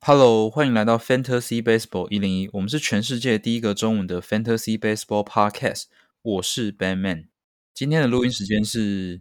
Hello，欢迎来到 Fantasy Baseball 101，我们是全世界第一个中文的 Fantasy Baseball Podcast，我是 Batman。今天的录音时间是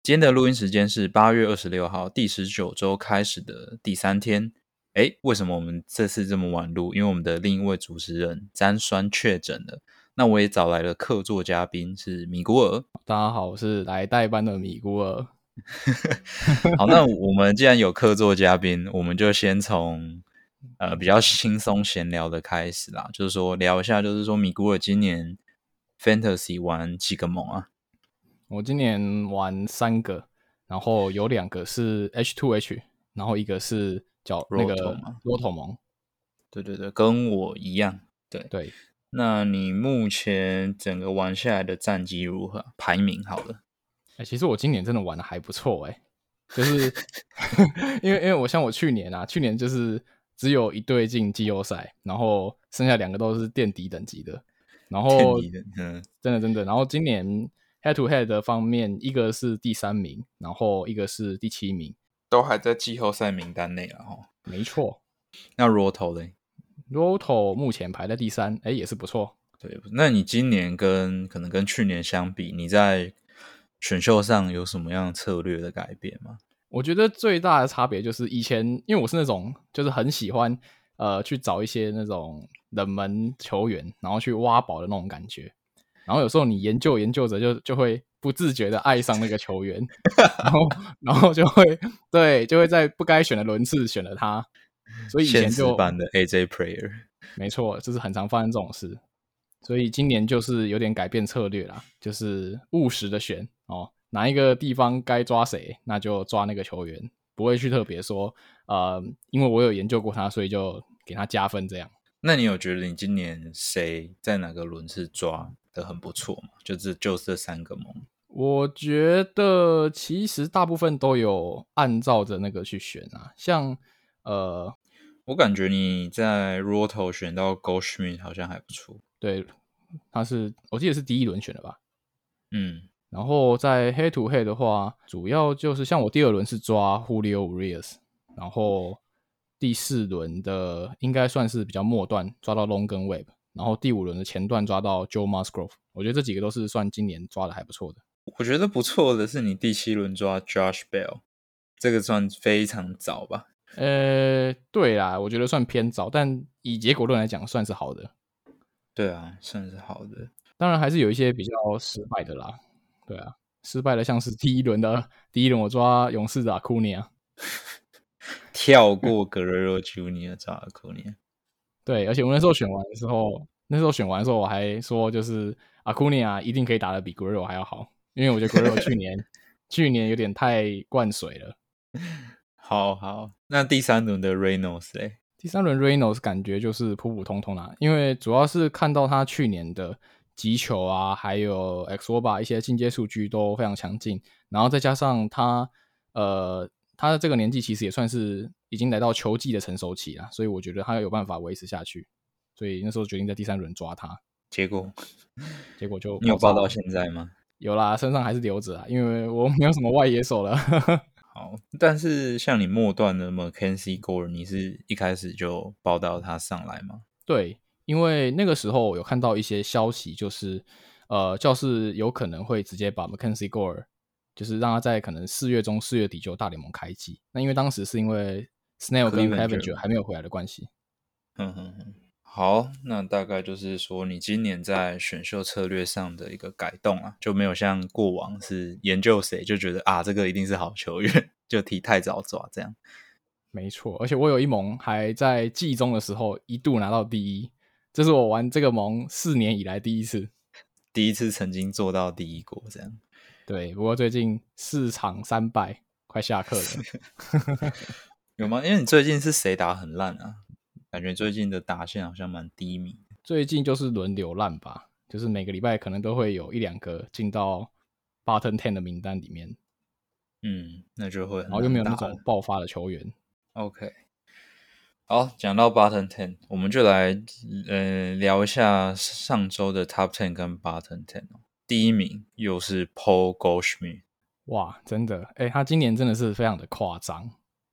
8月26号，第19周开始的第3天。为什么我们这次这么晚录？因为我们的另一位主持人詹酸确诊了。那我也找来了客座嘉宾是米古尔。 大家好，我是来代班的米古尔。 好，那我们既然有客座嘉宾，我们就先从比较轻松闲聊的开始啦，就是说聊一下，就是说米古尔今年 Fantasy 玩几个盟啊？ 我今年玩3个，然后有2个是 H2H， 然后一个是叫那个 Roto 盟。 对对对，跟我一样。对，那你目前整个玩下来的战绩如何？排名好了。 其实我今年真的玩的还不错就是因为我去年就是只有1队进季后赛，然后剩下2个都是垫底等级的，然后真的，然后今年 head to head 的方面，一个是第3名，然后一个是第7名， 都还在季后赛名单内了齁。 没错。 那 Roto 嘞 ？Roto 目前排在第3，也是不错。 对，那你今年可能跟去年相比，你在选秀上有什么样策略的改变吗？ 我觉得最大的差别就是以前，因为我是那种就是很喜欢去找一些那种冷门球员，然后去挖宝的那种感觉。然后有时候你研究着就会不自觉的爱上那个球员，然后就会在不该选的轮次选了他。所以以前就现实版的 AJ Player， 没错，就是很常发生这种事。所以今年就是有点改变策略啦，就是务实的选哪一个地方该抓谁，那就抓那个球员，不会去特别说因为我有研究过他，所以就给他加分这样。 那你有觉得你今年谁在哪个轮次抓的很不错吗？就这3个盟。 我觉得其实大部分都有按照着那个去选啊，像我感觉你在 Roto 选到 Goldschmidt 好像还不错。 对，我记得是第1轮选的吧。然然后在 head to head 的话，主要就是像我第2轮是抓 Julio Urias， 然后第4轮的应该算是比较末段抓到 Logan Webb， 然后第5轮的前段抓到 Joe Musgrove。我觉得这几个都是算今年抓的还不错的。 我觉得不错的是你第7轮抓 Josh Bell， 这个算非常早吧？ 对啦，我觉得算偏早，但以结果论来讲算是好的。 对啊，算是好的。 当然还是有一些比较失败的啦。对啊，失败的像是第一轮我抓勇士的 Acuna， 跳过 Guerrero Jr. 抓 Acuna。 对，而且我那时候选完的时候我还说就是 Acuna 一定可以打得比 Guerrero 还要好，因为我觉得 Guerrero 去年有点太灌水了。 好，那第3轮的 Reynolds 嘞？ 第3轮 Reynolds 感觉就是普普通通啦，因为主要是看到他去年的击球啊，还有 xWOBA 一些进阶数据都非常强劲，然后再加上他的这个年纪其实也算是已经来到球技的成熟期啦，所以我觉得他有办法维持下去，所以那时候决定在第3轮抓他。 结果就你有报到现在吗？ 有啦，身上还是留着啊，因为我没有什么外野手了。 好，但是像你末段的 Mackenzie Gore， 你是一开始就报到他上来吗？ 对，因为那个时候有看到一些消息，就是教士有可能会直接把 Mackenzie Gore， 就是让他在可能4月中4月底就大联盟开季。那因为当时是因为 Snell 跟 Clevenger 还没有回来的关系。 好，那大概就是说你今年在选秀策略上的一个改动啊，就没有像过往是研究谁就觉得这个一定是好球员，就提太早抓这样。 没错，而且我有一盟还在季中的时候一度拿到第1，这是我玩这个盟4年以来第一次曾经做到第1过这样。 对，不过最近4场3败，快下课了。 有吗？因为你最近是谁打很烂啊？感觉最近的打线好像蛮低迷。 最近就是轮流烂吧，就是每个礼拜可能都会有1-2个进到 Bottom 10的名单里面。 那就会很难打了， 然后又没有那种爆发的球员。 OK， 好，讲到 Bottom 10，我们就来聊一下上周的 Top 10跟 Bottom 10。第1名又是 Paul Goldschmidt。 哇，真的，他今年真的是非常的夸张。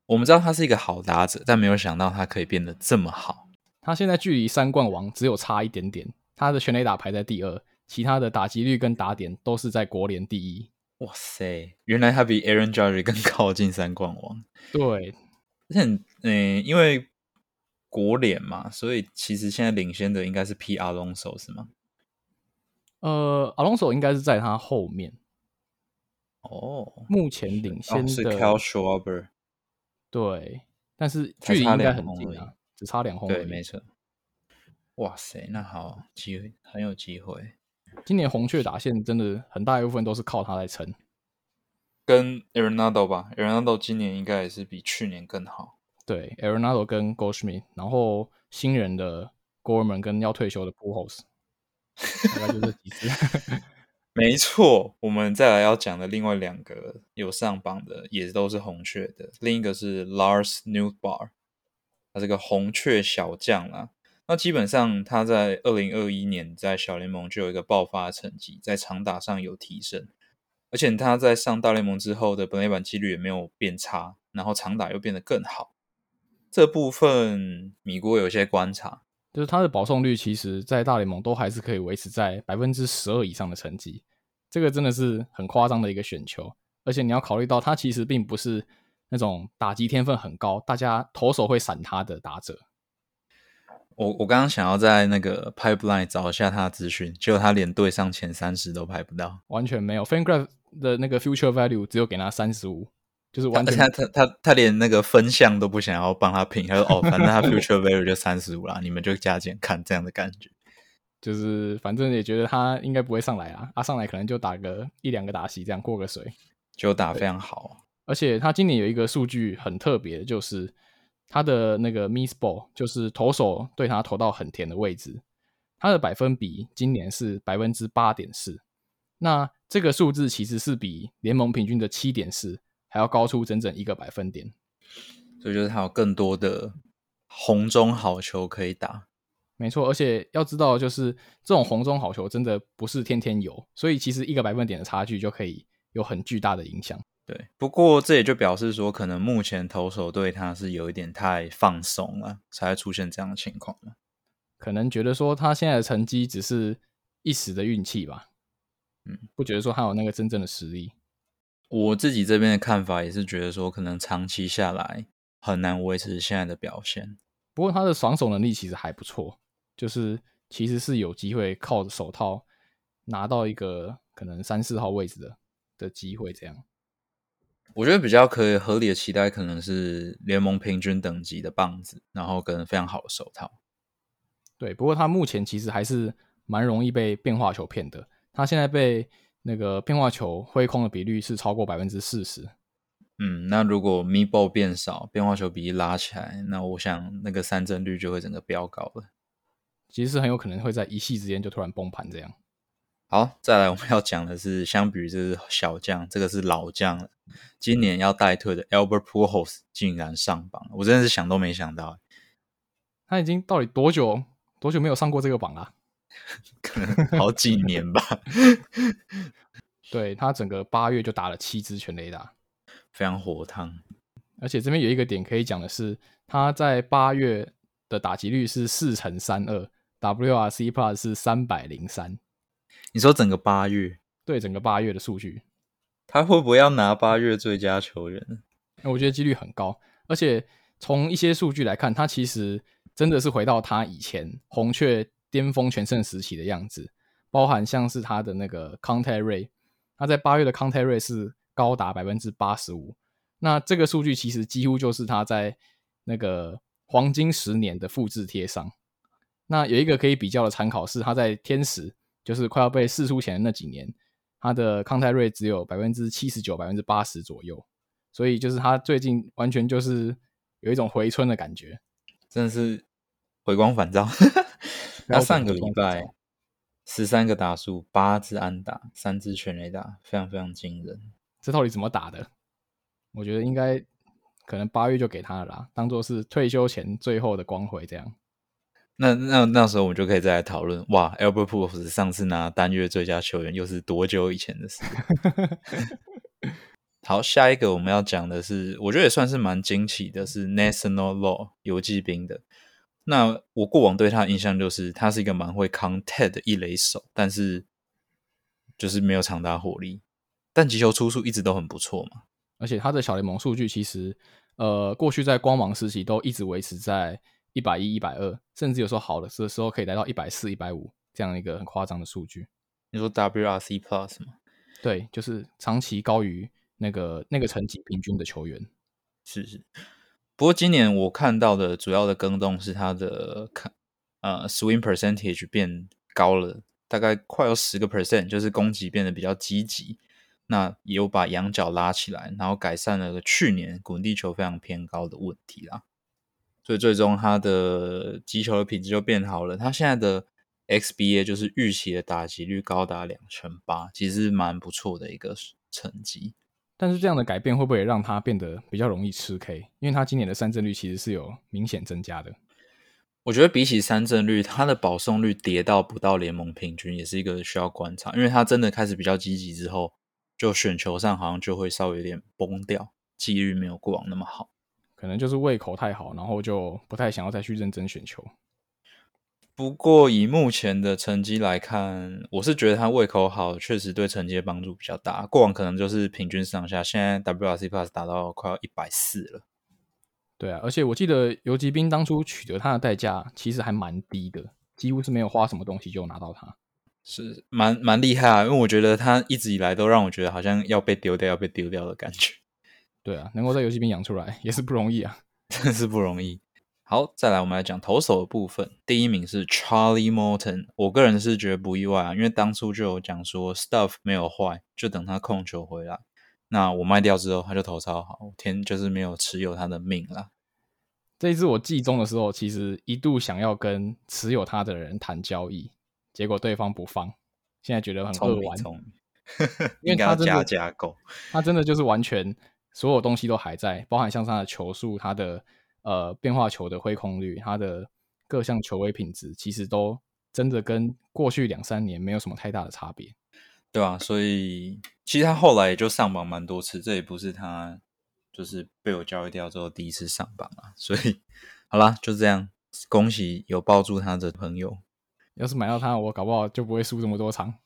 我们知道他是一个好打者，但没有想到他可以变得这么好。 他现在距离3冠王只有差一点点，他的全垒打排在第2，其他的打击率跟打点都是在国联第1。 哇塞，原来他比 Aaron Judge 更靠近3冠王。 对， 而且因为国联嘛，所以其实现在领先的应该是 P. Alonso 是吗 Alonso 应该是在他后面。 哦， 目前领先是的 Kyle Schwarber。 对，但是距离应该很近啊，只差2轰而已。 对，没错。哇塞，那好，机会很有机会。 今年红雀打线真的很大一部分都是靠他来撑， 跟 Arenado 吧 ，Arenado 今年应该也是比去年更好。 对 ，Arenado 跟 Goldschmidt， 然后新人的 Gorman 跟要退休的 Pujols， 大概就这几支。 没错，我们再来要讲的另外2个有上榜的，也都是红雀的。另一个是 Lars Nootbaar， 他是个红雀小将啦。那基本上他在2021年在小联盟就有一个爆发的成绩，在长打上有提升，而且他在上大联盟之后的本垒板几率也没有变差，然后长打又变得更好。这部分米国有些观察， 就是他的保送率其实在大联盟都还是可以维持在12%以上的成绩，这个真的是很夸张的一个选球。而且你要考虑到他其实并不是那种打击天分很高，大家投手会闪他的打者。 我刚刚想要在那个 Pipeline 找一下他的资讯，结果他连队上前30都排不到， 完全没有。FanGraph 的那个 Future Value 只有给他35，就是完全他连那个分项都不想要帮他评，他说哦，反正他 Future Value 就35啦，你们就加减看这样的感觉。 就是反正也觉得他应该不会上来啊，上来可能就打个1-2个打席这样过个水， 就打非常好。 而且他今年有一个数据很特别，就是他的那个 miss ball， 就是投手对他投到很甜的位置，他的百分比今年是 8.4%， 那这个数字其实是比联盟平均的 7.4 还要高出整整1个百分点， 所以就是他有更多的红中好球可以打。 没错，而且要知道，就是这种红中好球真的不是天天有，所以其实1个百分点的差距就可以有很巨大的影响。 对，不过这也就表示说，可能目前投手对他是有一点太放松了，才会出现这样的情况了。 可能觉得说他现在的成绩只是一时的运气吧，不觉得说他有那个真正的实力。 我自己这边的看法也是觉得说，可能长期下来很难维持现在的表现。 不过他的防守能力其实还不错，就是其实是有机会靠手套拿到一个可能3、4号位置的机会这样。 我觉得比较可以合理的期待可能是联盟平均等级的棒子，然后跟非常好的手套。 对，不过他目前其实还是蛮容易被变化球骗的，他现在被那个变化球挥空的比率是超过 40%。 那如果 me ball 变少，变化球比例拉起来，那我想那个三振率就会整个飙高了。 其实是很有可能会在一夕之间就突然崩盘这样。 好，再来我们要讲的是，相比于这是小将，这个是老将了。今年要代退的 Albert Pujols 竟然上榜了，我真的是想都没想到。 他已经到底多久没有上过这个榜啦？ 可能好几年吧。 对，他整个8月就打了7支全垒打， 非常火烫。 而且这边有一个点可以讲的是，他在8月的打击率是4.32%， WRC Plus 是303。 你说整个8月？ 对，整个8月的数据， 他会不会要拿8月最佳球员呢？ 我觉得几率很高，而且从一些数据来看，他其实真的是回到他以前红雀巅峰全盛时期的样子，包含像是他的那个 contact rate， 他在8月的 contact rate 是高达 85%， 那这个数据其实几乎就是他在那个黄金10年的复制贴上。那有一个可以比较的参考是他在天使，就是快要被释出前的那几年，他的 contact rate 只有 79% 80% 左右，所以就是他最近完全就是有一种回春的感觉， 真的是回光返照。他上个礼拜13个打数，8支安打，3支全垒打，非常非常惊人。 这到底怎么打的？我觉得应该可能8月就给他了啦，当做是退休前最后的光辉这样。 那时候我们就可以再来讨论，哇 ，Albert Pujols 上次拿单月最佳球员又是多久以前的事？ 好，下一个我们要讲的是，我觉得也算是蛮惊奇的，是 National Law 游骑兵的。那我过往对他的印象就是他是一个蛮会扛 TED 的一垒手，但是就是没有长打火力，但击球出速一直都很不错嘛。 而且他的小联盟数据其实，过去在光芒时期都一直维持在110、120，甚至有时候好的时候可以来到140、150这样一个很夸张的数据。 你说 WRC Plus 吗？ 对，就是长期高于那个成绩平均的球员。 是。不过今年我看到的主要的更动是他的swing percentage 变高了，大概快有10%，就是攻击变得比较积极。那也有把仰角拉起来，然后改善了去年滚地球非常偏高的问题啦。所以最终他的击球的品质就变好了。他现在的 XBA 就是预期的打击率高达2成8，其实蛮不错的一个成绩。 但是这样的改变会不会也让他变得比较容易吃 K？因为他今年的三振率其实是有明显增加的。 我觉得比起三振率，他的保送率跌到不到联盟平均，也是一个需要观察。因为他真的开始比较积极之后，就选球上好像就会稍微有点崩掉，纪律没有过往那么好。 可能就是胃口太好，然后就不太想要再去认真选球。 不过以目前的成绩来看，我是觉得他胃口好，确实对成绩的帮助比较大。过往可能就是平均上下，现在 WRC Plus 达到快要140了。 对啊，而且我记得游击兵当初取得他的代价其实还蛮低的，几乎是没有花什么东西就拿到他。 是蛮厉害啊，因为我觉得他一直以来都让我觉得好像要被丢掉的感觉。 对啊，能够在游击兵养出来也是不容易啊， 真是不容易。好，再来我们来讲投手的部分。第一名是 Charlie Morton， 我个人是觉得不意外啊，因为当初就有讲说 Stuff 没有坏，就等他控球回来。那我卖掉之后，他就投超好，天就是没有持有他的命啦。 这一支我季中的时候，其实一度想要跟持有他的人谈交易，结果对方不放，现在觉得很聪扼腕， 明聪明， 因为应该要加购。 他真的就是完全所有东西都还在，包含像他的球速、他的变化球的挥空率、他的各项球威品质，其实都真的跟过去2-3年没有什么太大的差别。 对啊，所以其实他后来也就上榜蛮多次，这也不是他就是被我交易掉之后第一次上榜啊。所以好啦，就这样，恭喜有抱住他的朋友。 要是买到他，我搞不好就不会输这么多场。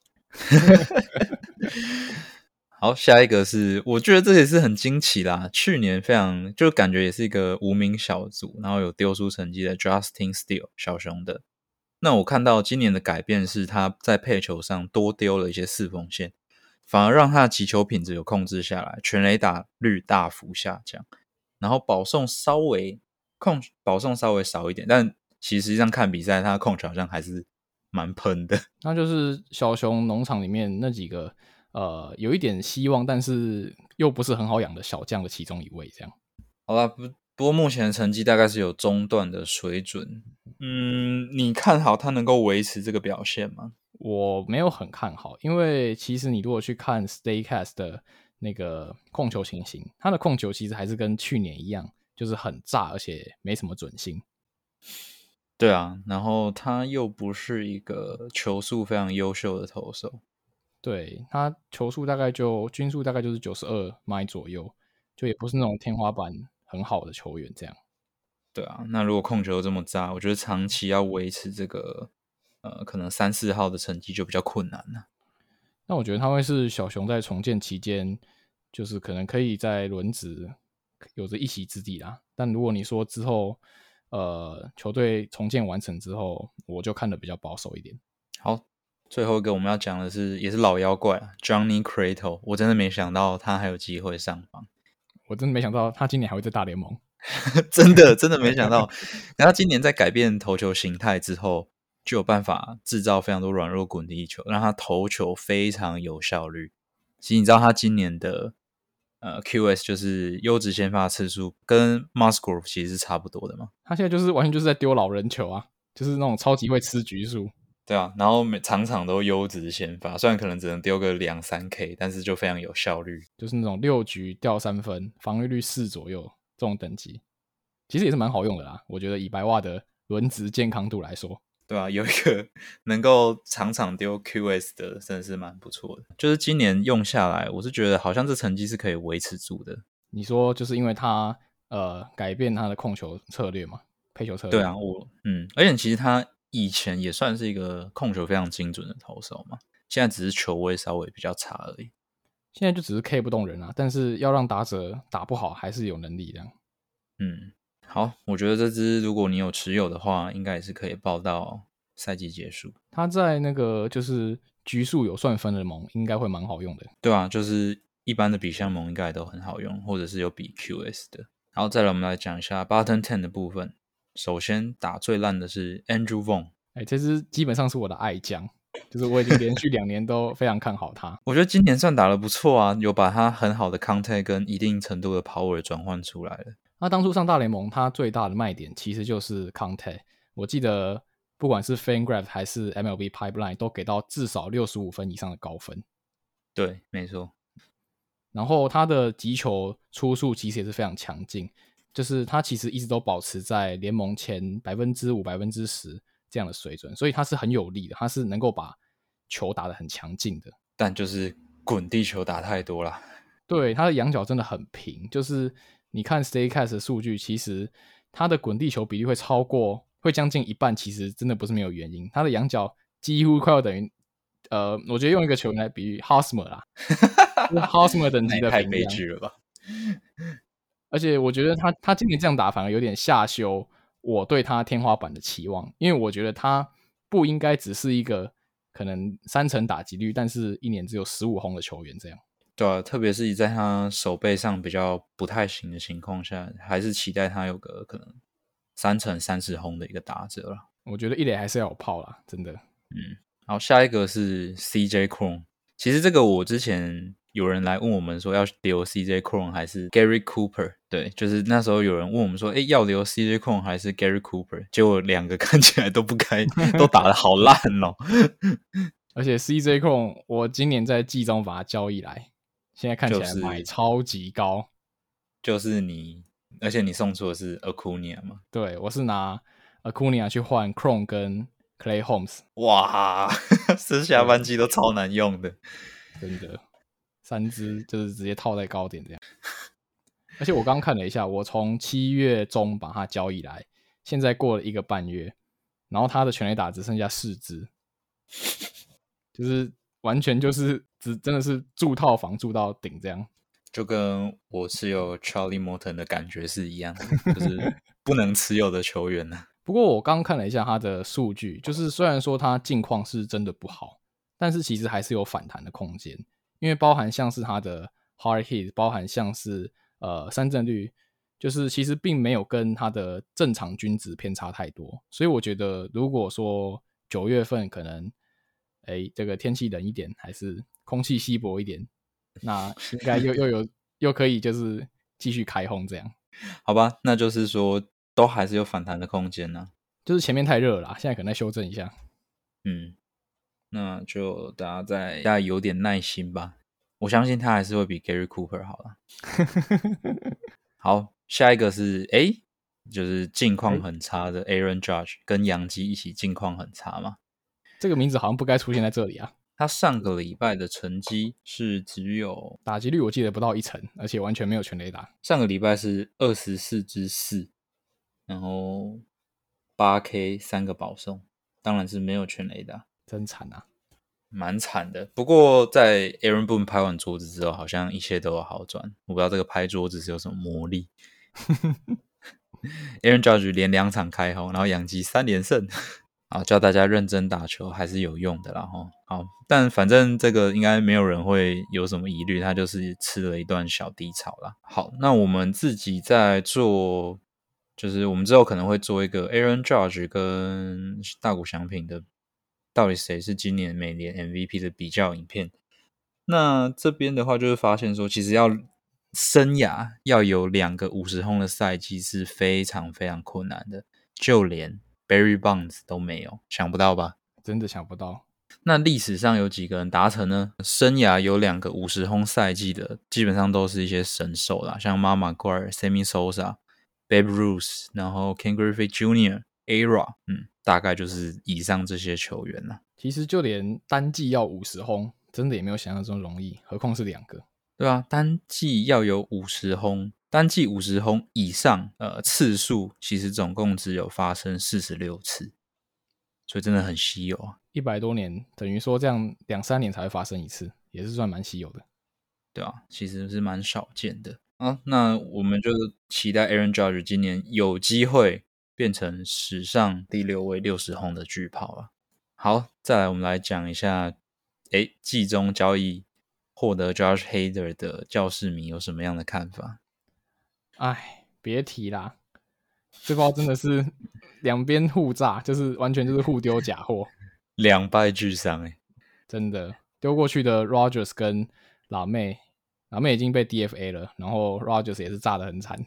好，下一个是我觉得这也是很惊奇啦，去年非常就感觉也是一个无名小卒，然后有丢出成绩的 Justin Steele 小熊的。那我看到今年的改变是他在配球上多丢了一些四缝线，反而让他的击球品质有控制下来，全垒打率大幅下降，然后保送稍微少一点，但其实际上看比赛他的控球好像还是蛮喷的。 那就是小熊农场里面那几个有一点希望，但是又不是很好养的小将的其中一位，这样。 好啦，不过目前的成绩大概是有中段的水准。你看好他能够维持这个表现吗？ 我没有很看好，因为其实你如果去看 Statcast 的那个控球情形，他的控球其实还是跟去年一样，就是很炸，而且没什么准心。 对啊，然后他又不是一个球速非常优秀的投手。 对，他球速大概均速大概就是92迈左右，就也不是那种天花板很好的球员这样。 对啊，那如果控球这么渣，我觉得长期要维持这个可能3、4号的成绩就比较困难了。 那我觉得他会是小熊在重建期间，就是可能可以在轮值有着一席之地啦。但如果你说之后，球队重建完成之后，我就看得比较保守一点。 好，最后一个我们要讲的是，也是老妖怪啊 Johnny Cueto， 我真的没想到他还有机会上榜， 我真的没想到他今年还会在大联盟。 真的没想到。然后今年在改变投球形态之后，就有办法制造非常多软弱滚地球，让他投球非常有效率。其实你知道他今年的QS 就是优质先发次数跟 Musgrove 其实是差不多的嘛？ 他现在就是完全就是在丢老人球啊，就是那种超级会吃局数。 对啊，然后场场都优质先发，虽然可能只能丢个2-3K，但是就非常有效率， 就是那种6局掉3分，防御率4左右这种等级，其实也是蛮好用的啦。我觉得以白袜的轮值健康度来说， 对啊，有一个能够场场丢 QS 的，真的是蛮不错的。就是今年用下来，我是觉得好像这成绩是可以维持住的。 你说就是因为他改变他的控球策略嘛，配球策略。 对啊，而且其实他以前也算是一个控球非常精准的投手嘛，现在只是球威稍微比较差而已。 现在就只是 K 不动人啊，但是要让打者打不好，还是有能力这样。 好，我觉得这支如果你有持有的话，应该也是可以报到赛季结束。 他在那个就是局数有算分的盟，应该会蛮好用的。 对啊，就是一般的比项盟应该都很好用，或者是有比 QS 的。然后再来我们来讲一下 Bottom 10的部分。首先打最烂的是 Andrew Vaughn， 这支基本上是我的爱将，就是我已经连续2年都非常看好他。 我觉得今年算打得不错啊，有把他很好的 contact 跟一定程度的 power 转换出来了。 他当初上大联盟，他最大的卖点其实就是 contact。我记得不管是 FanGraph 还是 MLB Pipeline 都给到至少65分以上的高分。 对，没错。 然后他的击球出速其实也是非常强劲，就是他其实一直都保持在联盟前5%、10%这样的水准，所以他是很有力的，他是能够把球打得很强劲的。 但就是滚地球打太多了。 对，他的仰角真的很平，就是你看 Statcast 的数据，其实他的滚地球比例会将近一半，其实真的不是没有原因。他的仰角几乎快要等于，我觉得用一个球员来比喻 Hosmer 啦，Hosmer 等级的太平量， 悲剧了吧？ 而且我觉得他今年这样打反而有点下修我对他天花板的期望，因为我觉得他不应该只是一个可能30%打击率，但是一年只有15轰的球员这样。 对啊，特别是在他手背上比较不太行的情况下，还是期待他有个可能3成30轰的一个打者啦。 我觉得一垒还是要有炮啦，真的。 好，下一个是 CJ Cron。其实这个我之前有人来问我们说要留 CJ Cron 还是 Gary Cooper， 对，就是那时候有人问我们说，要留 CJ Cron 还是 Gary Cooper， 结果两个看起来都不该，都打得好烂哦。 而且 CJ Cron 我今年在季中把它交易来，现在看起来买超级高。 就是你，而且你送出的是 Acuna 嘛？ 对，我是拿 Acuna 去换 Cron 跟 Clay Holmes。 哇，这下半季都超难用的， 真的，3支就是直接套在高点这样。而且我刚看了一下，我从7月中把它交易来，现在过了1个半月，然后他的全垒打只剩下4支，就是完全就是真的是住套房住到顶这样。 就跟我持有 Charlie Morton 的感觉是一样的，就是不能持有的球员呢。 不过我刚看了一下他的数据，就是虽然说他近况是真的不好，但是其实还是有反弹的空间，因为包含像是他的 hard hit， 包含像是三振率，就是其实并没有跟他的正常均值偏差太多，所以我觉得如果说9月份可能这个天气冷一点，还是空气稀薄一点，那应该又可以就是继续开轰这样。 好吧，那就是说都还是有反弹的空间呢。 就是前面太热了啦，现在可能再修正一下。 那就大家有点耐心吧。我相信他还是会比 Gary Cooper 好了。好，下一个是就是近况很差的 Aaron Judge， 跟洋基一起近况很差嘛。 这个名字好像不该出现在这里啊。 他上个礼拜的成绩是只有打击率我记得不到1成，而且完全没有全垒打。 上个礼拜是24-4，然后8K 3个保送，当然是没有全垒打， 真惨啊， 蛮惨的。不过在 Aaron Boone 拍完桌子之后，好像一切都有好转。我不知道这个拍桌子是有什么魔力。Aaron Judge 连2场开轰，然后洋基3连胜。好，教大家认真打球还是有用的啦齁。好，但反正这个应该没有人会有什么疑虑，他就是吃了一段小低潮啦。好，那我们自己在做，就是我们之后可能会做一个 Aaron Judge 跟大谷翔平的到底谁是今年美联 MVP 的比较影片。那这边的话就是发现说，其实生涯要有2个50轰的赛季是非常非常困难的，就连Barry Bonds 都没有，想不到吧？ 真的想不到。 那历史上有几个人达成呢？生涯有2个50轰赛季的，基本上都是一些神兽啦，像 Mark McGwire、Sammy Sosa、Babe Ruth， 然后 Ken Griffey Jr.、Era。 大概就是以上这些球员啦。 其实就连单季要50轰，真的也没有想象中容易，何况是2个。 对啊，单季要有50轰，单季50轰以上，次数其实总共只有发生46次，所以真的很稀有啊。 100多年，等于说这样2-3年才会发生一次，也是算蛮稀有的。 对啊，其实是蛮少见的啊。那我们就期待 Aaron Judge 今年有机会变成史上第6位60轰的巨炮啊。好，再来我们来讲一下，季中交易获得 Josh Hader 的教士迷有什么样的看法？ 哎，别提啦，这包真的是两边互炸，就是完全就是互丢假货， 两败俱伤真的丢过去的 Rogers 跟拉妹已经被 DFA 了，然后 Rogers 也是炸得很惨。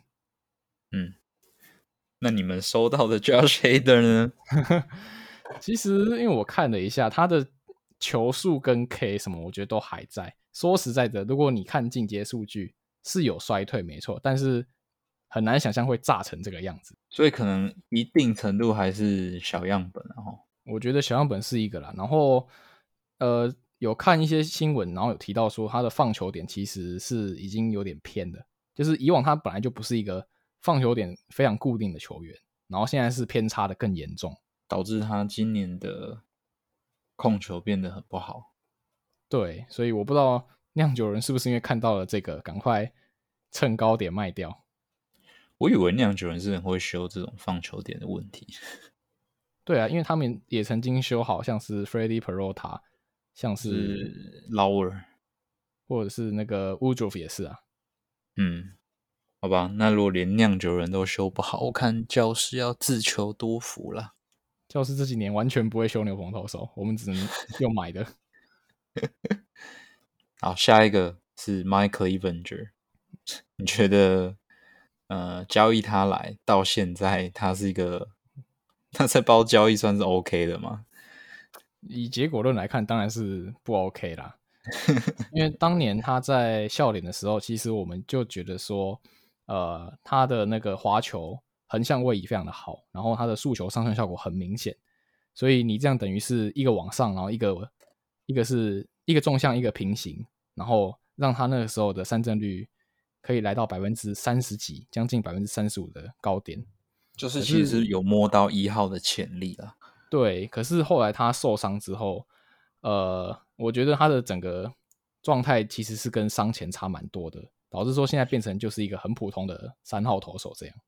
那你们收到的 Josh Hader 呢？ 其实因为我看了一下他的球速跟 K 什么，我觉得都还在。说实在的，如果你看进阶数据是有衰退没错，但是很难想象会炸成这个样子。 所以可能一定程度还是小样本我觉得小样本是一个啦，然后有看一些新闻，然后有提到说他的放球点其实是已经有点偏的，就是以往他本来就不是一个放球点非常固定的球员，然后现在是偏差的更严重， 导致他今年的控球变得很不好。 对，所以我不知道酿酒人是不是因为看到了这个，赶快趁高点卖掉。 我以为酿酒人是很会修这种放球点的问题。 对啊，因为他们也曾经修好像是 Freddie Peralta， 像是 Lauer， 或者是那个 Woodruff 也是啊。 好吧，那如果连酿酒人都修不好，我看教士要自求多福啦。 教士这几年完全不会修牛棚投手，我们只能用买的。 好，下一个是 Michael Evinger， 你觉得交易他来到现在，他是一个他这包交易算是 OK 的吗？ 以结果论来看，当然是不 OK 啦。因为当年他在笑脸的时候，其实我们就觉得说，他的那个滑球横向位移非常的好，然后他的速球上升效果很明显，所以你这样等于是一个往上，然后一个是一个纵向，一个平行，然后让他那个时候的三振率可以来到30%几，将近35%的高点， 就是其实有摸到1号的潜力了。 对，可是后来他受伤之后，我觉得他的整个状态其实是跟伤前差蛮多的，导致说现在变成就是一个很普通的3号投手这样。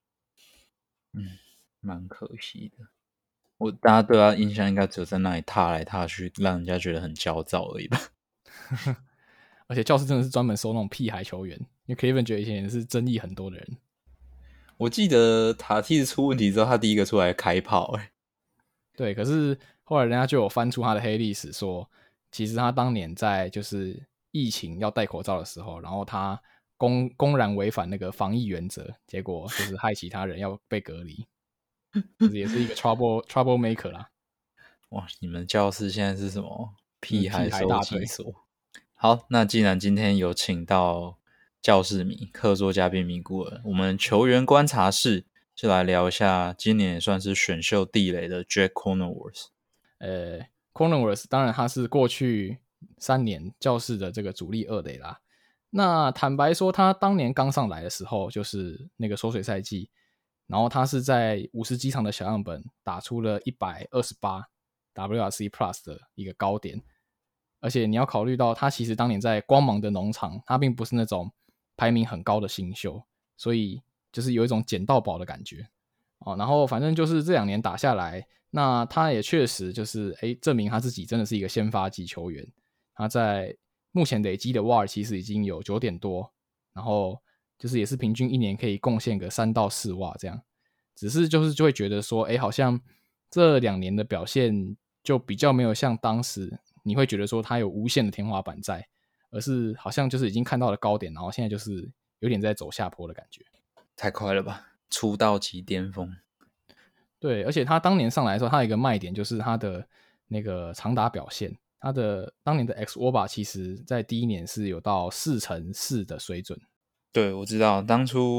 蛮可惜的。大家对他印象应该只有在那里踏来踏去，让人家觉得很焦躁而已吧。 而且教室真的是专门收那种屁孩球员，因为 Kevin 觉得以前也是争议很多的人。 我记得塔蒂斯出问题之后，他第一个出来开炮对，可是后来人家就有翻出他的黑历史说，其实他当年在就是疫情要戴口罩的时候，然后他公然违反那个防疫原则，结果就是害其他人要被隔离，就是也是一个 trouble maker 啦。 哇，你们教室现在是什么屁孩收大队。 集所？好，那既然今天有请到教室迷客座嘉宾米古尔，我们球员观察室就来聊一下今年也算是选秀地雷的 Jack Cronenworth。 Cronenworth 当然他是过去3年教室的这个主力2垒啦。那坦白说，他当年刚上来的时候，就是那个缩水赛季，然后他是在50几场的小样本打出了128 WRC Plus 的一个高点。而且你要考虑到，他其实当年在光芒的农场，他并不是那种排名很高的新秀，所以就是有一种捡到宝的感觉然后反正就是这2年打下来，那他也确实就是证明他自己真的是一个先发级球员。他在目前累积的 WAR 其实已经有9点多，然后就是也是平均1年可以贡献个3到4 WAR 这样。只是就会觉得说，好像这2年的表现就比较没有像当时你会觉得说他有无限的天花板在，而是好像就是已经看到了高点，然后现在就是有点在走下坡的感觉。 太快了吧，出道即巅峰。 对，而且他当年上来的时候，他有一个卖点就是他的那个长打表现，他的当年的 xWOBA 其实在第1年是有到4.4的水准。 对，我知道当初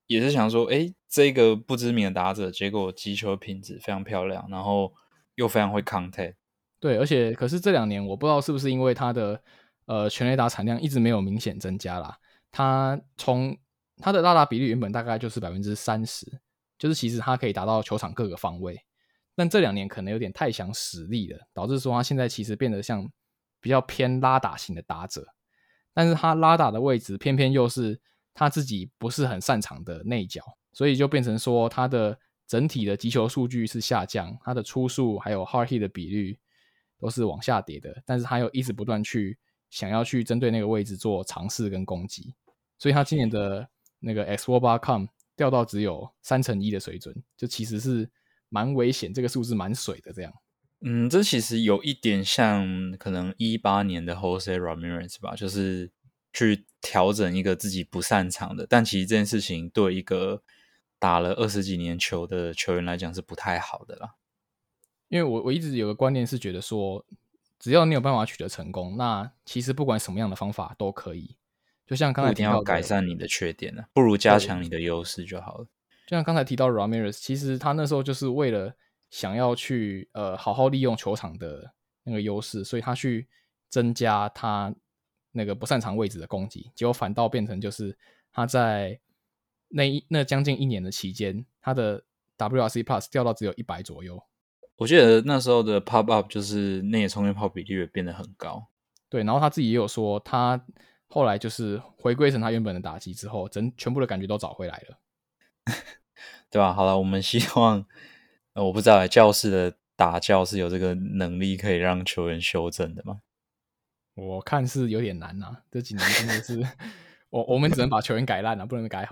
也是想说，这个不知名的打者，结果击球品质非常漂亮，然后又非常会 contact。 对，而且可是这2年我不知道是不是因为他的全垒打产量一直没有明显增加啦，他的拉打比例原本大概就是 30%， 就是其实他可以达到球场各个方位，但这2年可能有点太想使力了，导致说他现在其实变得像比较偏拉打型的打者，但是他拉打的位置偏偏又是他自己不是很擅长的内角，所以就变成说他的整体的击球数据是下降，他的出速还有 hard hit 的比率都是往下跌的，但是他又一直不断想要去针对那个位置做尝试跟攻击，所以他今年的那个 xWOBA.com 掉到只有1/3的水准，就其实是蛮危险，这个数字蛮水的这样。 这其实有一点像可能18年的 Jose Ramirez 吧，就是去调整一个自己不擅长的，但其实这件事情对一个打了20几年球的球员来讲是不太好的啦。 因为我一直有个观念是觉得说，只要你有办法取得成功，那其实不管什么样的方法都可以。就像刚不一定要才提到的， 改善你的缺点啊，不如加强你的优势就好了。 就像刚才提到的 Ramirez， 其实他那时候就是为了想要去好好利用球场的那个优势，所以他去增加他那个不擅长位置的攻击，结果反倒变成就是他在那将近1年的期间，他的 WRC Plus 掉到只有100左右。 我记得那时候的 pop up 就是内野冲击炮比例也变得很高。 对，然后他自己也有说，他后来就是回归成他原本的打击之后，全部的感觉都找回来了。 对吧？好了，我们希望，我不知道教室的打教是有这个能力可以让球员修正的吗？ 我看是有点难啊，这几年真的是，我们只能把球员改烂了，不能改好。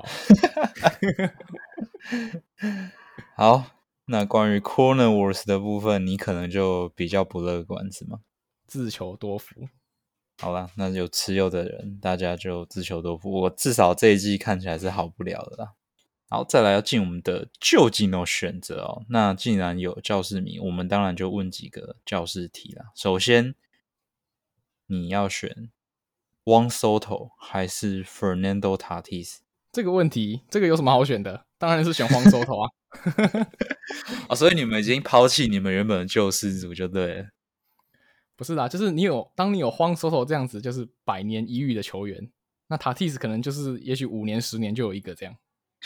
好，那关于 Corner Wars 的部分，你可能就比较不乐观，是吗？ 自求多福。 好啦，那有持有的人，大家就自求多福。我至少这一季看起来是好不了的啦。好，再来要进我们的究竟的选择哦。那既然有教室迷，我们当然就问几个教室题啦。首先，你要选 Juan Soto 还是 Fernando Tatis？ 这个问题，这个有什么好选的？当然是选黄手头啊。 所以你们已经抛弃你们原本的救世主就对了。 不是啦，就是当你有荒手头这样子，就是100年一遇的球员，那塔蒂斯可能就是也许5年10年就有一个这样。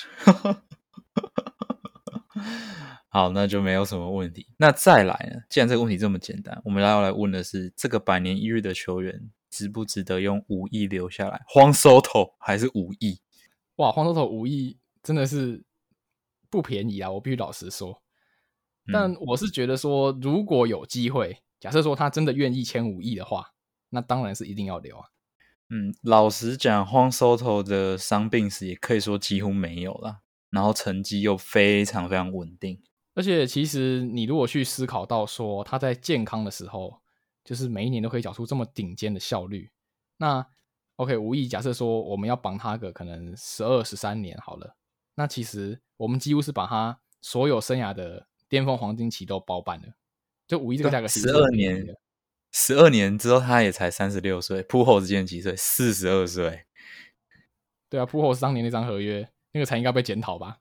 好，那就没有什么问题。那再来呢？既然这个问题这么简单，我们要来问的是，这个100年一遇的球员值不值得用5亿留下来？荒 Soto 还是5亿？ 哇，荒手头5亿真的是不便宜啊，我必须老实说。但我是觉得说，如果有机会，假设说他真的愿意签5亿的话，那当然是一定要留啊。 老实讲，荒 Soto 的伤病史也可以说几乎没有啦，然后成绩又非常非常稳定。 而且其实你如果去思考到说他在健康的时候，就是每一年都可以缴出这么顶尖的效率，那 OK 5亿，假设说我们要绑他个可能12、13年好了，那其实我们几乎是把他所有生涯的巅峰黄金期都包办了，就5亿这个价格其实是很便宜的。 12年之后他也才36岁，扑后之间几岁？42岁。 对啊，铺后当年那张合约，那个才应该被检讨吧？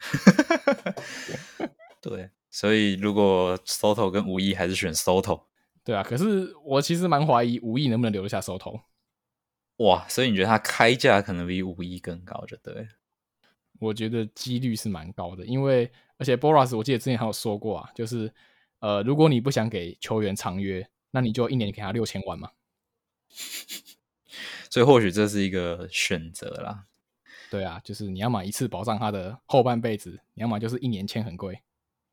对，所以如果 Soto 跟5亿，还是选 Soto。 对啊，可是我其实蛮怀疑5亿能不能留得下手头。 哇，所以你觉得他开价可能比5亿更高，就对了。 我觉得几率是蛮高的，因为而且 Boras 我记得之前还有说过啊，就是如果你不想给球员长约，那你就1年给他6000万嘛。 所以或许这是一个选择啦。 对啊，就是你要么一次保障他的后半辈子，你要么就是1年签很贵。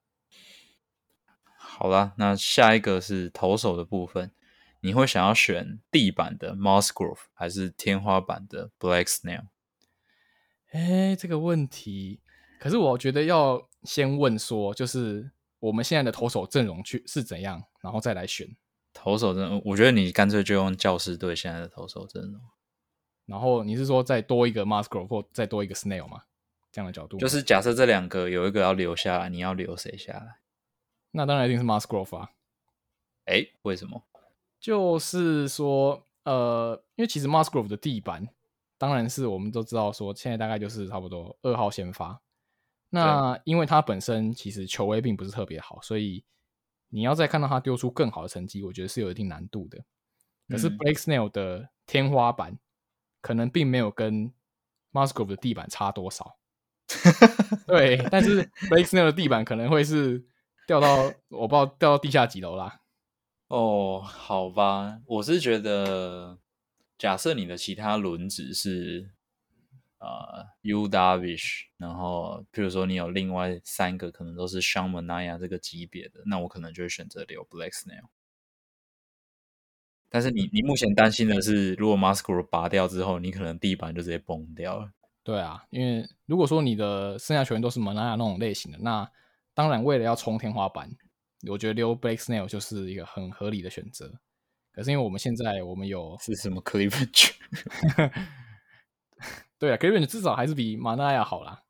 好啦，那下一个是投手的部分，你会想要选地板的 Musgrove 还是天花板的 Black Snell？ 这个问题，可是我觉得要先问说，就是我们现在的投手阵容是怎样，然后再来选。 投手阵容，我觉得你干脆就用教士队现在的投手阵容。 然后你是说再多一个 Musgrove 或再多一个 Snail 吗？这样的角度就是假设这2个有一个要留下来，你要留谁下来？ 那当然一定是 Musgrove 啊。 为什么？ 就是说，因为其实 Musgrove 的地板当然是我们都知道说现在大概就是差不多2号先发。那因为他本身其实球威并不是特别好，所以你要再看到他丢出更好的成绩，我觉得是有一定难度的。可是 Blake Snell 的天花板可能并没有跟 Musgrove 的地板差多少。对，但是 Blake Snell 的地板可能会是掉到我不知道掉到地下几楼啦。 哦，好吧，我是觉得，假设你的其他轮值是U Darvish， 然后譬如说你有另外3个可能都是 Sean Manaea 这个级别的，那我可能就会选择留 Blake Snell。但是你目前担心的是，如果 Musgrove 拔掉之后，你可能地板就直接崩掉了。 对啊，因为如果说你的剩下球员都是 Manaea 那种类型的，那当然为了要冲天花板，我觉得留 Blake Snell 就是一个很合理的选择。可是因为我们现在有是什么 Cleveland？ 对啊 Cleveland 至少还是比 Manaea 好啦。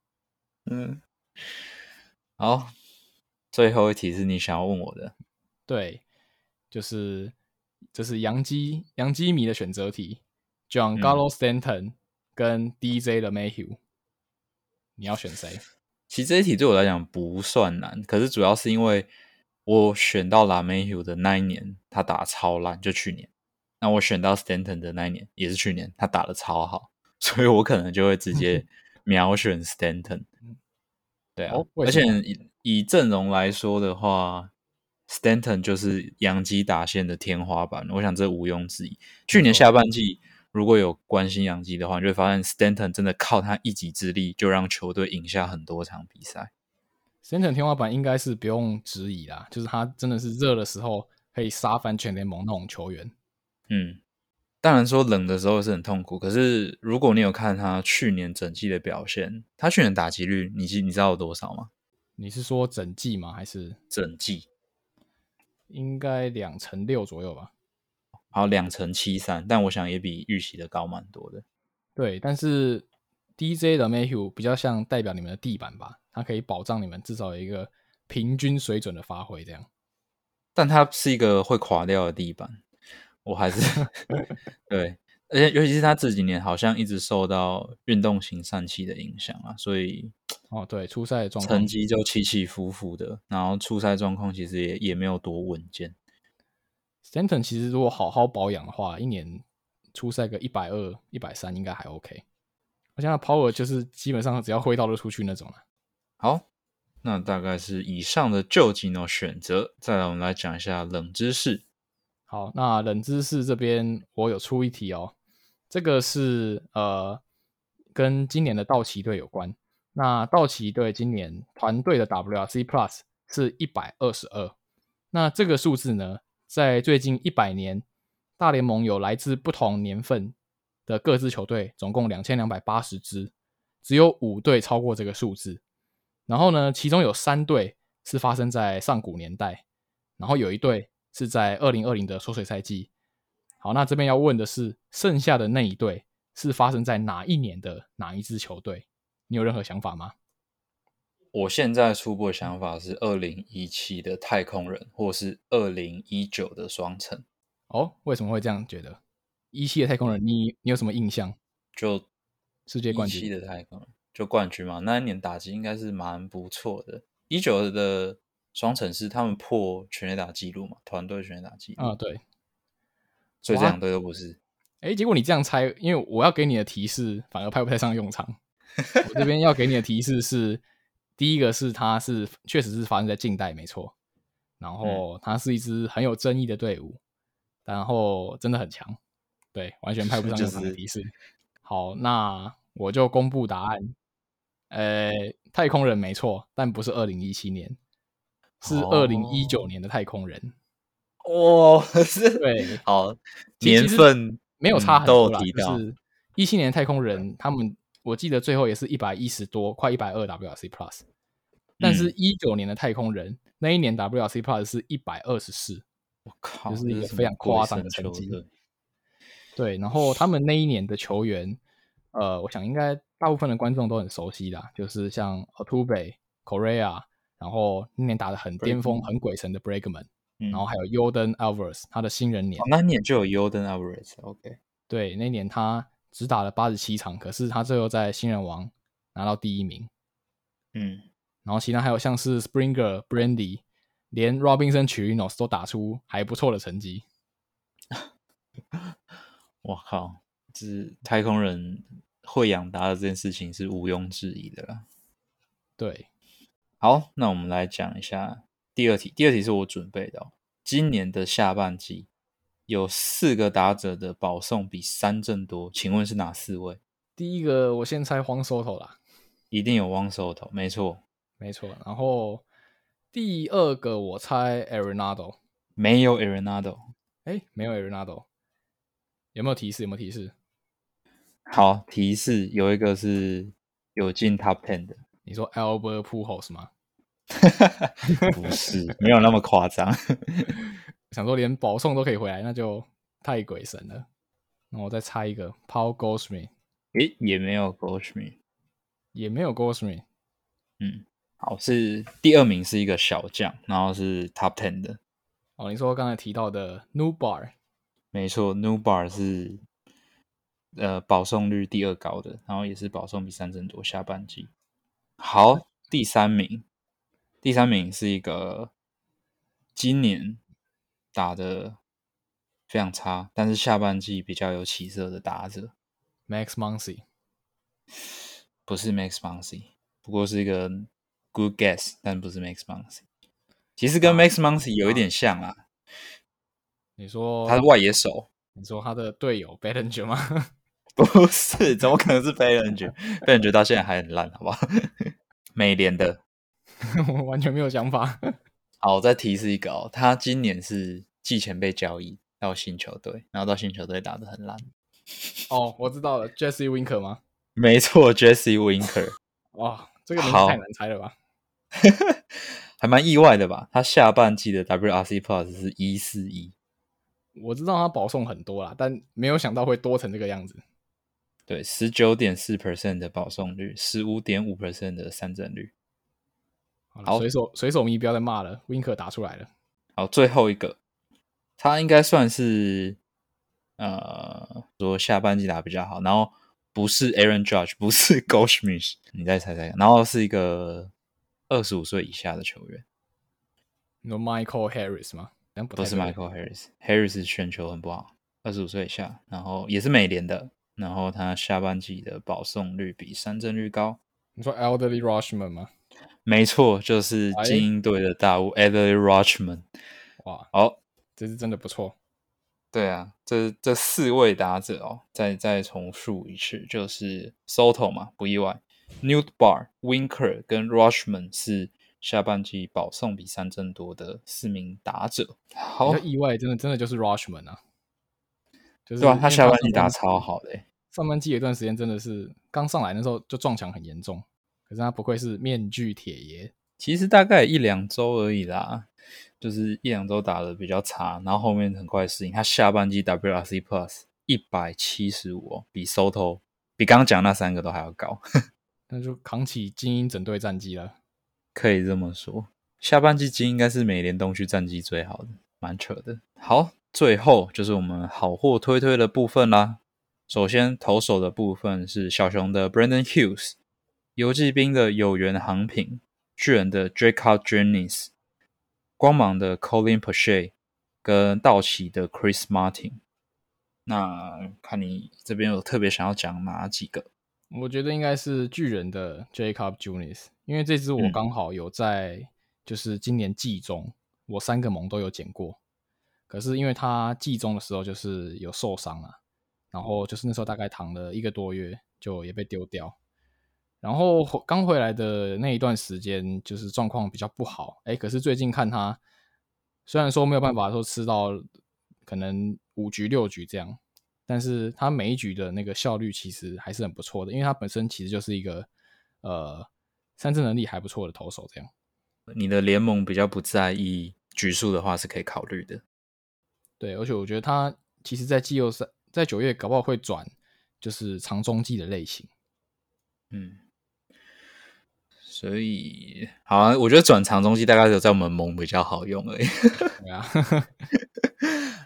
好，最后一题是你想要问我的。 对，就是这是洋基迷的选择题 ，Giancarlo Stanton 跟 DJ LeMahieu， 你要选谁？ 其实这一题对我来讲不算难，可是主要是因为我选到 LeMahieu 的那一年，他打超烂，就去年。那我选到 Stanton 的那一年，也是去年，他打的超好，所以我可能就会直接秒选 Stanton。对啊，而且以阵容来说的话 ，Stanton 就是洋基打线的天花板，我想这毋庸置疑。去年下半季如果有关心洋基的话，你就会发现 Stanton 真的靠他一己之力就让球队赢下很多场比赛。 Stanton 天花板应该是不用质疑啦，就是他真的是热的时候可以杀翻全联盟那种球员。 当然说冷的时候是很痛苦，可是如果你有看他去年整季的表现，他去年打击率你知道有多少吗？ 你是说整季吗？还是整季？ 应该2成6左右吧。 好，2.73%，但我想也比预期的高蛮多的。 对，但是 DJ LeMahieu 比较像代表你们的地板吧，它可以保障你们至少有一个平均水准的发挥，这样。 但它是一个会垮掉的地板，我还是对，而且尤其是他这几年好像一直受到运动型疝气的影响啊，所以对，出赛的状况成绩就起起伏伏的，然后出赛状况其实也没有多稳健。 Stanton 其实如果好好保养的话，一年出赛个120、130应该还 OK。我现在 Power 就是基本上只要挥到就出去那种了。 好，那大概是以上的旧技能选择，再来我们来讲一下冷知识。 好，那冷知识这边我有出一题哦，这个是跟今年的道奇队有关。那道奇队今年团队的 WRC Plus 是122，那这个数字呢，在最近100年，大联盟有来自不同年份的各支球队，总共2280支，只有5队超过这个数字。然后呢，其中有3队是发生在上古年代，然后有1队是在2020的缩水赛季。好，那这边要问的是，剩下的那一队是发生在哪一年的哪一支球队？你有任何想法吗？ 我现在初步的想法是2017的太空人，或是2019的双城。 哦，为什么会这样觉得？17的太空人，你有什么印象？ 就世界冠军 17的太空人就冠军嘛，那一年打击应该是蛮不错的。19的双城是他们破全垒打纪录嘛，团队全垒打纪录。 对， 所以这2队都不是。 结果你这样猜，因为我要给你的提示反而派不太上用场。我这边要给你的提示是，第一个是它是确实是发生在近代，没错。然后它是一支很有争议的队伍，然后真的很强，对，完全派不上用场的提示。好，那我就公布答案。太空人没错，但不是2017年，是2019年的太空人。 是对， 好，年份没有差很多啦， 都有提到。 就是17年太空人，他们我记得最后也是110多，快120 WRC Plus，但是19年的太空人那一年 WRC Plus 是124， 我靠， 就是一个非常夸张的成绩。对，然后他们那一年的球员，我想应该大部分的观众都很熟悉啦，就是像 Altuve、Correa， 然后那年打得很巅峰、很鬼神的 Bregman，然后还有 Yordan Alvarez， 他的新人年。 那年就有 Yordan Alvarez，OK。 对，那年他只打了87场，可是他最后在新人王拿到第1名。然后其他还有像是 Springer、Brandy， 连 Robinson、Chirinos 都打出还不错的成绩。 我靠，就是太空人会养打者这件事情是毋庸置疑的啦。 对， 好，那我们来讲一下第二题。第二题是我准备的今年的下半季有4个打者的保送比3振多，请问是哪4位？ 第一个我先猜Juan Soto啦， 一定有Juan Soto，没错， 没错。然后第二个我猜 Arenado， 没有 Arenado。 没有 Arenado， 有没有提示？ 好，提示有一个是有进 Top 10的， 你说 Albert Pujols 吗？ 不是，没有那么夸张。 想说连保送都可以回来，那就太鬼神了。那我再猜一个 Paul Goldschmidt， 也没有 Goldschmidt， 也没有 Goldschmidt。 好，是第2名是一个小将，然后是 Top 10的。 你说刚才提到的 Newbar， 没错 ，Newbar 是保送率第2高的，然后也是保送比3振多下半季。好，第三名是一个今年打的非常差，但是下半季比较有起色的打者 Max Muncy， 不是 Max Muncy， 不过是一个 good guess， 但不是 Max Muncy。其实跟 Max Muncy 有一点像啦。 你说他是外野手。 你说他的队友 Bellinger 吗？ 不是，怎么可能是 Bellinger？Bellinger 到现在还很烂，好不好？美联的。 我完全没有想法。 好，我再提示一个他今年是季前被交易到新球队，然后到新球队打得很烂。 我知道了 ，Jesse Winker 吗？ 没错 ，Jesse Winker。 哇，这个名字太难猜了吧？ 还蛮意外的吧？他下半季的 WRC Plus 是141。 我知道他保送很多啦，但没有想到会多成这个样子。 对，19.4% 的保送率，15.5% 的3振率。 好，水手迷不要再骂了 ，Winker 打出来了。 好，最后一个，他应该算是说下半季打比较好，然后不是 Aaron Judge， 不是 Goldschmidt， 你再猜猜看，然后是一个25岁以下的球员。 你说 Michael Harris 吗？ 不是 Michael Harris 选球很不好，25岁以下，然后也是美联的，然后他下半季的保送率比3振率高。 你说 Elderly Rushman 吗？ 没错，就是精英队的大物 Adley Rutschman。 哇， 好， 这是真的不错。 对啊，这4位打者再重述一次，就是 Soto 嘛，不意外 ，Newbar、Winker 跟 Rutschman 是下半季保送比3振多的4名打者。好， 比较意外，真的就是 Rushman 啊，就是对啊，他下半季打超好的上半季有一段时间真的是刚上来那时候就撞墙很严重，可是他不愧是面具铁爷。 其实大概1-2周而已啦，就是1-2周打的比较差，然后后面很快适应。他下半季 WRC Plus 175比 Soto 比刚刚讲那3个都还要高。 那就扛起精英整队战绩了。 可以这么说，下半季精英应该是美联东区战绩最好的，蛮扯的。好，最后就是我们好货推推的部分啦。首先投手的部分是小熊的 Brandon Hughes， 游骑兵的有原航平，巨人的 Jacob Jennings， 光芒的 Colin Poche 跟道奇的 Chris Martin。 那看你这边有特别想要讲哪几个？ 我觉得应该是巨人的 Jacob Junis， 因为这支我刚好有在就是今年季中我3个盟都有捡过，可是因为他季中的时候就是有受伤啊，然后就是那时候大概躺了1个多月就也被丢掉，然后刚回来的那一段时间就是状况比较不好，可是最近看他虽然说没有办法说吃到可能5局6局这样，但是他每一局的那个效率其实还是很不错的，因为他本身其实就是一个三振能力还不错的投手这样。 你的联盟比较不在意局数的话是可以考虑的。 对，而且我觉得他其实在季后赛在9月搞不好会转就是长中继的类型。 所以好啊，我觉得转长中继大概只有在我们盟比较好用而已。 对啊。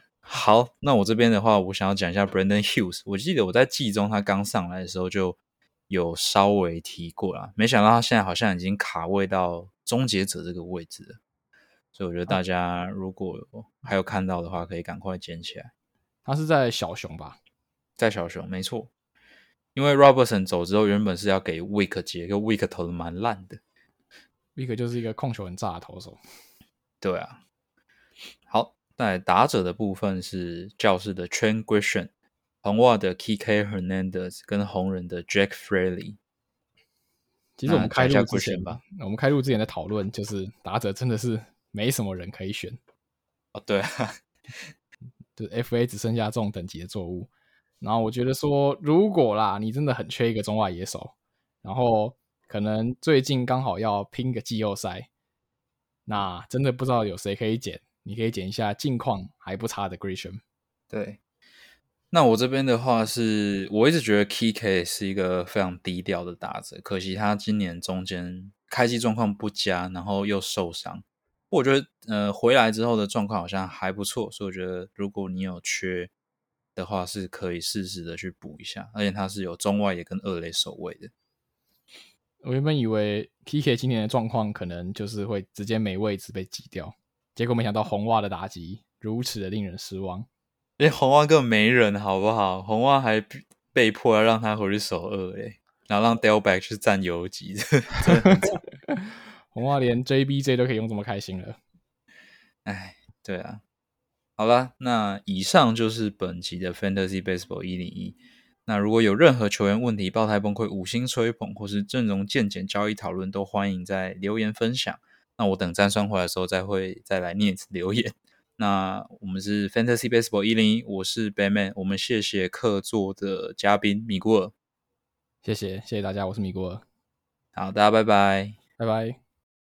好，那我这边的话，我想要讲一下 Brandon Hughes。我记得我在季中他刚上来的时候就有稍微提过啦，没想到他现在好像已经卡位到终结者这个位置了，所以我觉得大家如果还有看到的话，可以赶快捡起来。 他是在小熊吧？ 在小熊，没错。因为 Robertson 走之后，原本是要给 Wick 接，可 Wick 投的蛮烂的。 Wick 就是一个控球很炸的投手。 对啊。好，在打者的部分是教士的 Trent Grisham、红袜的 Kike Hernandez 跟红人的 Jack Fraley。 其实我们开录之前， 吧， 我们开录之前在讨论，就是打者真的是没什么人可以选。 哦，对啊， 就是 FA 只剩下这种等级的作物。然后我觉得说，如果啦，你真的很缺一个中外野手，然后可能最近刚好要拼个季后赛，那真的不知道有谁可以捡，你可以捡一下近况还不差的 Grisham。 对。那我这边的话是，我一直觉得 Kike 是一个非常低调的打者，可惜他今年中间开季状况不佳，然后又受伤。我觉得回来之后的状况好像还不错，所以我觉得如果你有缺的话，是可以适时的去补一下，而且他是有中外野跟二垒守卫的。 我原本以为 Kike 今年的状况可能就是会直接没位置被挤掉，结果没想到红袜的打击如此的令人失望。 因为红袜根本没人，好不好？红袜还被迫要让他回去守二垒，然后让 Delback 去占游击，真的很惨。 红袜连 JBJ 都可以用这么开心了。 哎，对啊。好啦，那以上就是本期的 Fantasy Baseball 101。那如果有任何球员问题、爆胎崩溃、五星吹捧或是阵容渐减交易讨论，都欢迎在留言分享。那我等詹酸回来的时候再来念一次留言。那我们是 Fantasy Baseball 101，我是 Batman，我们谢谢客座的嘉宾米古尔。 谢谢大家，我是米古尔。 好，大家拜拜。 拜拜。